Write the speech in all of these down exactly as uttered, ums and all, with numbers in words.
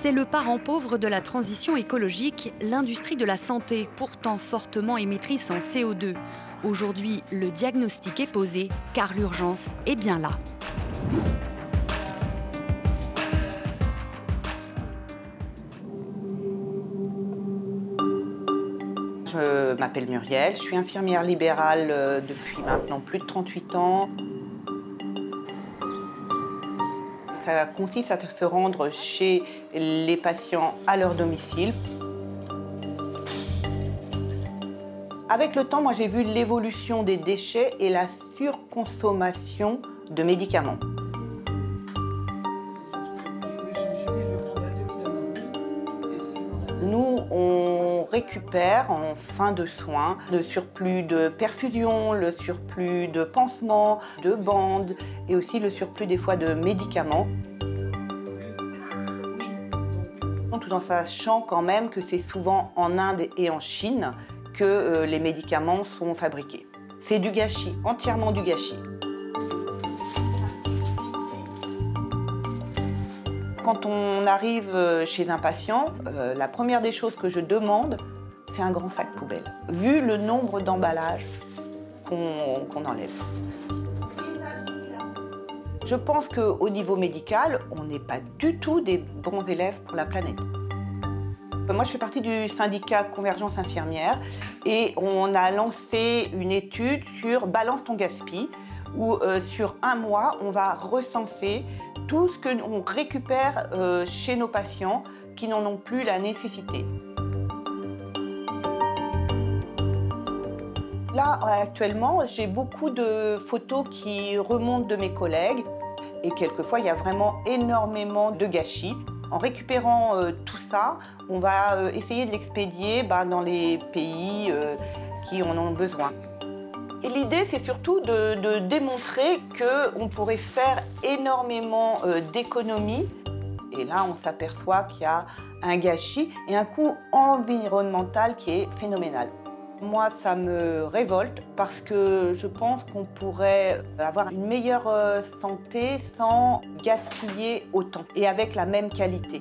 C'est le parent pauvre de la transition écologique, l'industrie de la santé, pourtant fortement émettrice en C O deux. Aujourd'hui, le diagnostic est posé, car l'urgence est bien là. Je m'appelle Muriel, je suis infirmière libérale depuis maintenant plus de trente-huit ans. Ça consiste à se rendre chez les patients à leur domicile. Avec le temps, moi j'ai vu l'évolution des déchets et la surconsommation de médicaments. Nous, on récupère en fin de soins le surplus de perfusion, le surplus de pansements, de bandes et aussi le surplus des fois de médicaments. Tout en sachant quand même que c'est souvent en Inde et en Chine que euh, les médicaments sont fabriqués. C'est du gâchis, entièrement du gâchis. Quand on arrive chez un patient, euh, la première des choses que je demande, c'est un grand sac poubelle, vu le nombre d'emballages qu'on qu'on enlève. Je pense qu'au niveau médical, on n'est pas du tout des bons élèves pour la planète. Moi, je fais partie du syndicat Convergence Infirmière et on a lancé une étude sur Balance ton gaspille, où euh, sur un mois, on va recenser tout ce qu'on récupère euh, chez nos patients qui n'en ont plus la nécessité. Là, actuellement, j'ai beaucoup de photos qui remontent de mes collègues et quelquefois, il y a vraiment énormément de gâchis. En récupérant euh, tout ça, on va euh, essayer de l'expédier bah, dans les pays euh, qui en ont besoin. Et l'idée, c'est surtout de, de démontrer qu'on pourrait faire énormément euh, d'économies. Et là, on s'aperçoit qu'il y a un gâchis et un coût environnemental qui est phénoménal. Moi, ça me révolte parce que je pense qu'on pourrait avoir une meilleure santé sans gaspiller autant et avec la même qualité.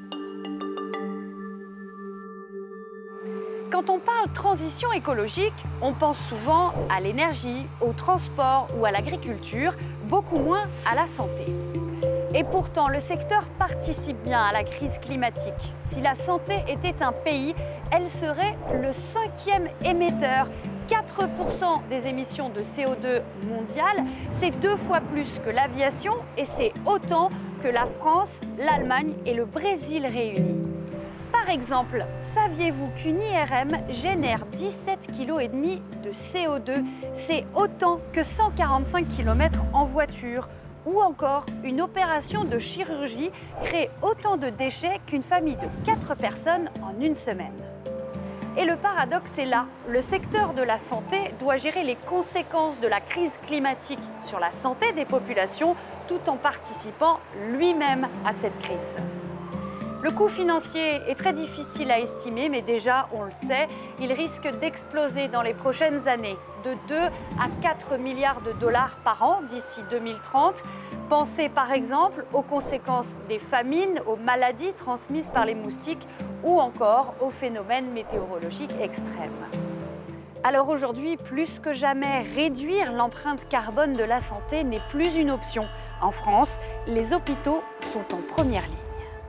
Quand on parle transition écologique, on pense souvent à l'énergie, au transport ou à l'agriculture, beaucoup moins à la santé. Et pourtant, le secteur participe bien à la crise climatique. Si la santé était un pays, elle serait le cinquième émetteur. quatre pour cent des émissions de C O deux mondiales, c'est deux fois plus que l'aviation et c'est autant que la France, l'Allemagne et le Brésil réunis. Par exemple, saviez-vous qu'une I R M génère dix-sept virgule cinq kilos de C O deux? C'est autant que cent quarante-cinq kilomètres en voiture. Ou encore, une opération de chirurgie crée autant de déchets qu'une famille de quatre personnes en une semaine. Et le paradoxe est là, le secteur de la santé doit gérer les conséquences de la crise climatique sur la santé des populations tout en participant lui-même à cette crise. Le coût financier est très difficile à estimer, mais déjà, on le sait, il risque d'exploser dans les prochaines années, de deux à quatre milliards de dollars par an d'ici deux mille trente. Pensez par exemple aux conséquences des famines, aux maladies transmises par les moustiques ou encore aux phénomènes météorologiques extrêmes. Alors aujourd'hui, plus que jamais, réduire l'empreinte carbone de la santé n'est plus une option. En France, les hôpitaux sont en première ligne.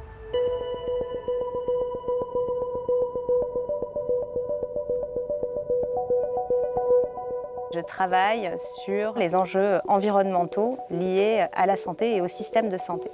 Je travaille sur les enjeux environnementaux liés à la santé et au système de santé.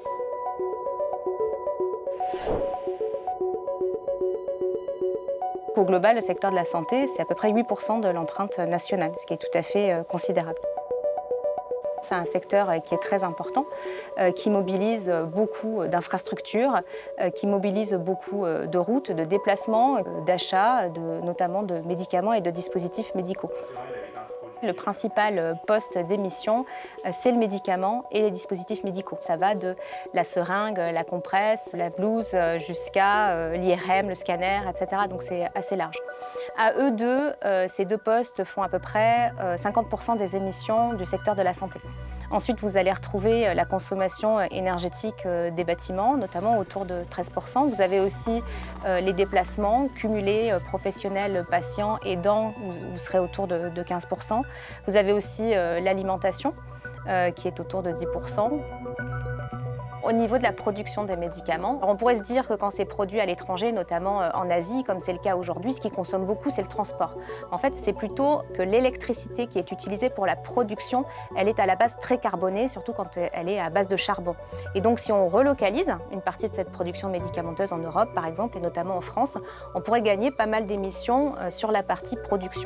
Au global, le secteur de la santé, c'est à peu près huit pour cent de l'empreinte nationale, ce qui est tout à fait considérable. C'est un secteur qui est très important, qui mobilise beaucoup d'infrastructures, qui mobilise beaucoup de routes, de déplacements, d'achats, notamment de médicaments et de dispositifs médicaux. Le principal poste d'émission, c'est le médicament et les dispositifs médicaux. Ça va de la seringue, la compresse, la blouse, jusqu'à l'I R M, le scanner, et cetera. Donc c'est assez large. À eux deux, ces deux postes font à peu près cinquante pour cent des émissions du secteur de la santé. Ensuite, vous allez retrouver la consommation énergétique des bâtiments, notamment autour de treize pour cent. Vous avez aussi les déplacements cumulés professionnels, patients, aidants, vous serez autour de quinze pour cent. Vous avez aussi l'alimentation, qui est autour de dix pour cent. Au niveau de la production des médicaments, on pourrait se dire que quand c'est produit à l'étranger, notamment en Asie, comme c'est le cas aujourd'hui, ce qui consomme beaucoup, c'est le transport. En fait, c'est plutôt que l'électricité qui est utilisée pour la production, elle est à la base très carbonée, surtout quand elle est à base de charbon. Et donc, si on relocalise une partie de cette production médicamenteuse en Europe, par exemple, et notamment en France, on pourrait gagner pas mal d'émissions sur la partie production.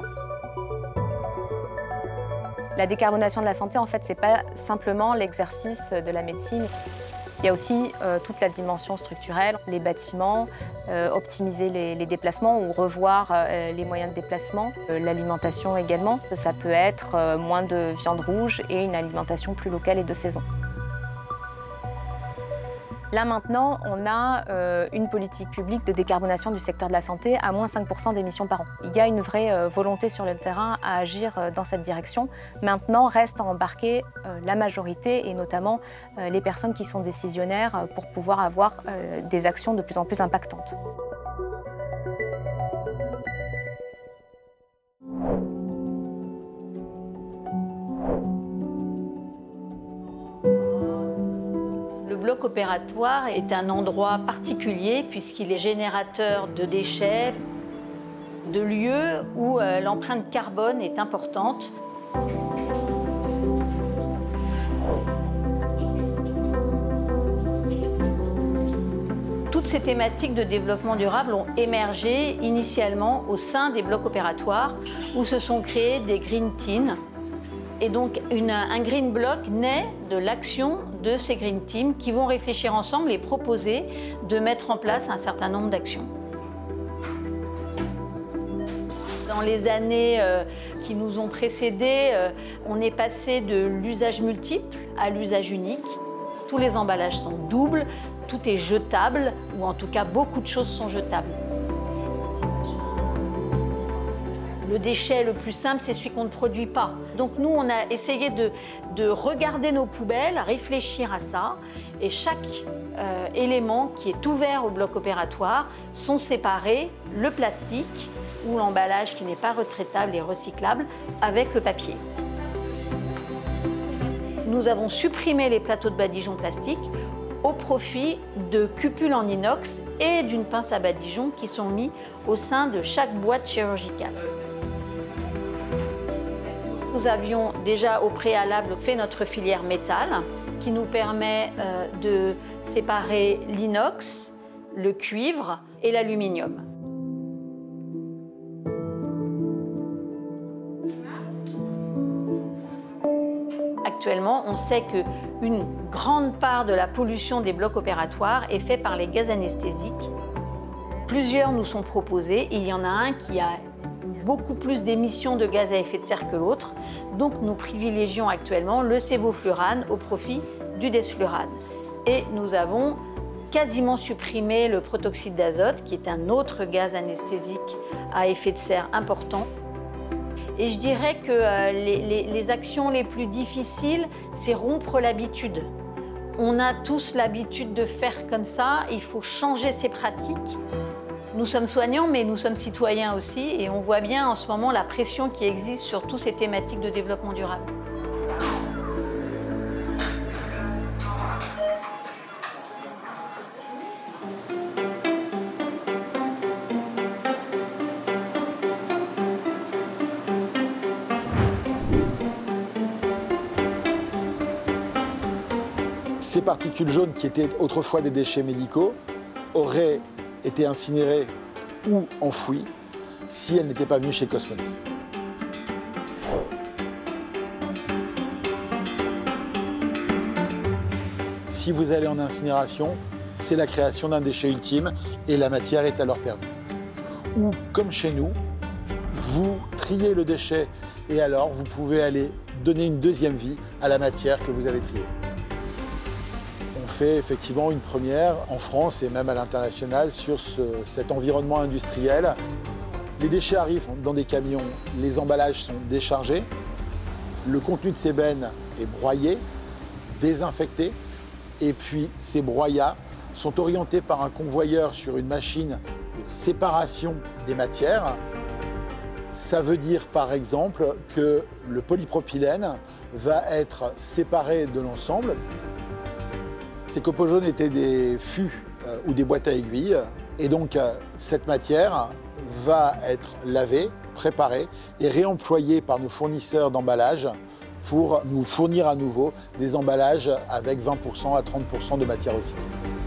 La décarbonation de la santé, en fait, c'est pas simplement l'exercice de la médecine. Il y a aussi euh, toute la dimension structurelle, les bâtiments, euh, optimiser les, les déplacements ou revoir euh, les moyens de déplacement, euh, l'alimentation également. Ça peut être euh, moins de viande rouge et une alimentation plus locale et de saison. Là maintenant, on a euh, une politique publique de décarbonation du secteur de la santé à moins cinq pour cent d'émissions par an. Il y a une vraie euh, volonté sur le terrain à agir euh, dans cette direction. Maintenant, reste à embarquer euh, la majorité et notamment euh, les personnes qui sont décisionnaires euh, pour pouvoir avoir euh, des actions de plus en plus impactantes. Le bloc opératoire est un endroit particulier puisqu'il est générateur de déchets, de lieux où euh, l'empreinte carbone est importante. Toutes ces thématiques de développement durable ont émergé initialement au sein des blocs opératoires où se sont créés des green teams. Et donc une, un green block naît de l'action de ces green teams qui vont réfléchir ensemble et proposer de mettre en place un certain nombre d'actions. Dans les années euh, qui nous ont précédés, euh, on est passé de l'usage multiple à l'usage unique. Tous les emballages sont doubles, tout est jetable, ou en tout cas beaucoup de choses sont jetables. Le déchet le plus simple, c'est celui qu'on ne produit pas. Donc nous, on a essayé de, de regarder nos poubelles, réfléchir à ça. Et chaque euh, élément qui est ouvert au bloc opératoire sont séparés, le plastique ou l'emballage qui n'est pas retraitable et recyclable, avec le papier. Nous avons supprimé les plateaux de badigeon plastique au profit de cupules en inox et d'une pince à badigeon qui sont mis au sein de chaque boîte chirurgicale. Nous avions déjà au préalable fait notre filière métal qui nous permet euh, de séparer l'inox, le cuivre et l'aluminium. Actuellement, on sait qu'une grande part de la pollution des blocs opératoires est faite par les gaz anesthésiques. Plusieurs nous sont proposés et il y en a un qui a beaucoup plus d'émissions de gaz à effet de serre que l'autre. Donc nous privilégions actuellement le sévoflurane au profit du desflurane. Et nous avons quasiment supprimé le protoxyde d'azote, qui est un autre gaz anesthésique à effet de serre important. Et je dirais que euh, les, les, les actions les plus difficiles, c'est rompre l'habitude. On a tous l'habitude de faire comme ça, il faut changer ses pratiques. Nous sommes soignants, mais nous sommes citoyens aussi, et on voit bien en ce moment la pression qui existe sur toutes ces thématiques de développement durable. Ces particules jaunes qui étaient autrefois des déchets médicaux auraient été incinérées ou enfouies si elles n'étaient pas venues chez Cosmolis. Si vous allez en incinération, c'est la création d'un déchet ultime et la matière est alors perdue. Ou, comme chez nous, vous triez le déchet et alors vous pouvez aller donner une deuxième vie à la matière que vous avez triée. On fait effectivement une première en France et même à l'international sur ce, cet environnement industriel. Les déchets arrivent dans des camions, les emballages sont déchargés, le contenu de ces bennes est broyé désinfectés. Et puis ces broyats sont orientés par un convoyeur sur une machine de séparation des matières. Ça veut dire par exemple que le polypropylène va être séparé de l'ensemble. Ces copeaux jaunes étaient des fûts euh, ou des boîtes à aiguilles. Et donc euh, cette matière va être lavée, préparée et réemployée par nos fournisseurs d'emballage pour nous fournir à nouveau des emballages avec vingt pour cent à trente pour cent de matière recyclée.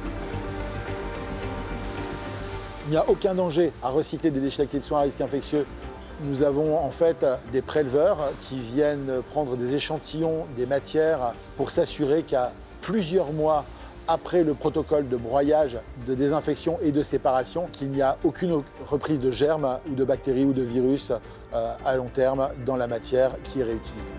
Il n'y a aucun danger à recycler des déchets lactés de soins à risque infectieux. Nous avons en fait des préleveurs qui viennent prendre des échantillons des matières pour s'assurer qu'à plusieurs mois après le protocole de broyage, de désinfection et de séparation, qu'il n'y a aucune reprise de germes ou de bactéries ou de virus euh, à long terme dans la matière qui est réutilisée.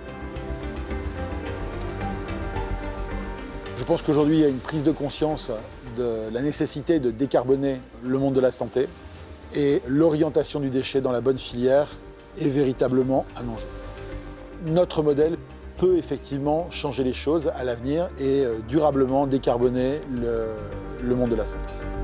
Je pense qu'aujourd'hui, il y a une prise de conscience de la nécessité de décarboner le monde de la santé et l'orientation du déchet dans la bonne filière est véritablement un enjeu. Notre modèle peut effectivement changer les choses à l'avenir et durablement décarboner le, le monde de la santé.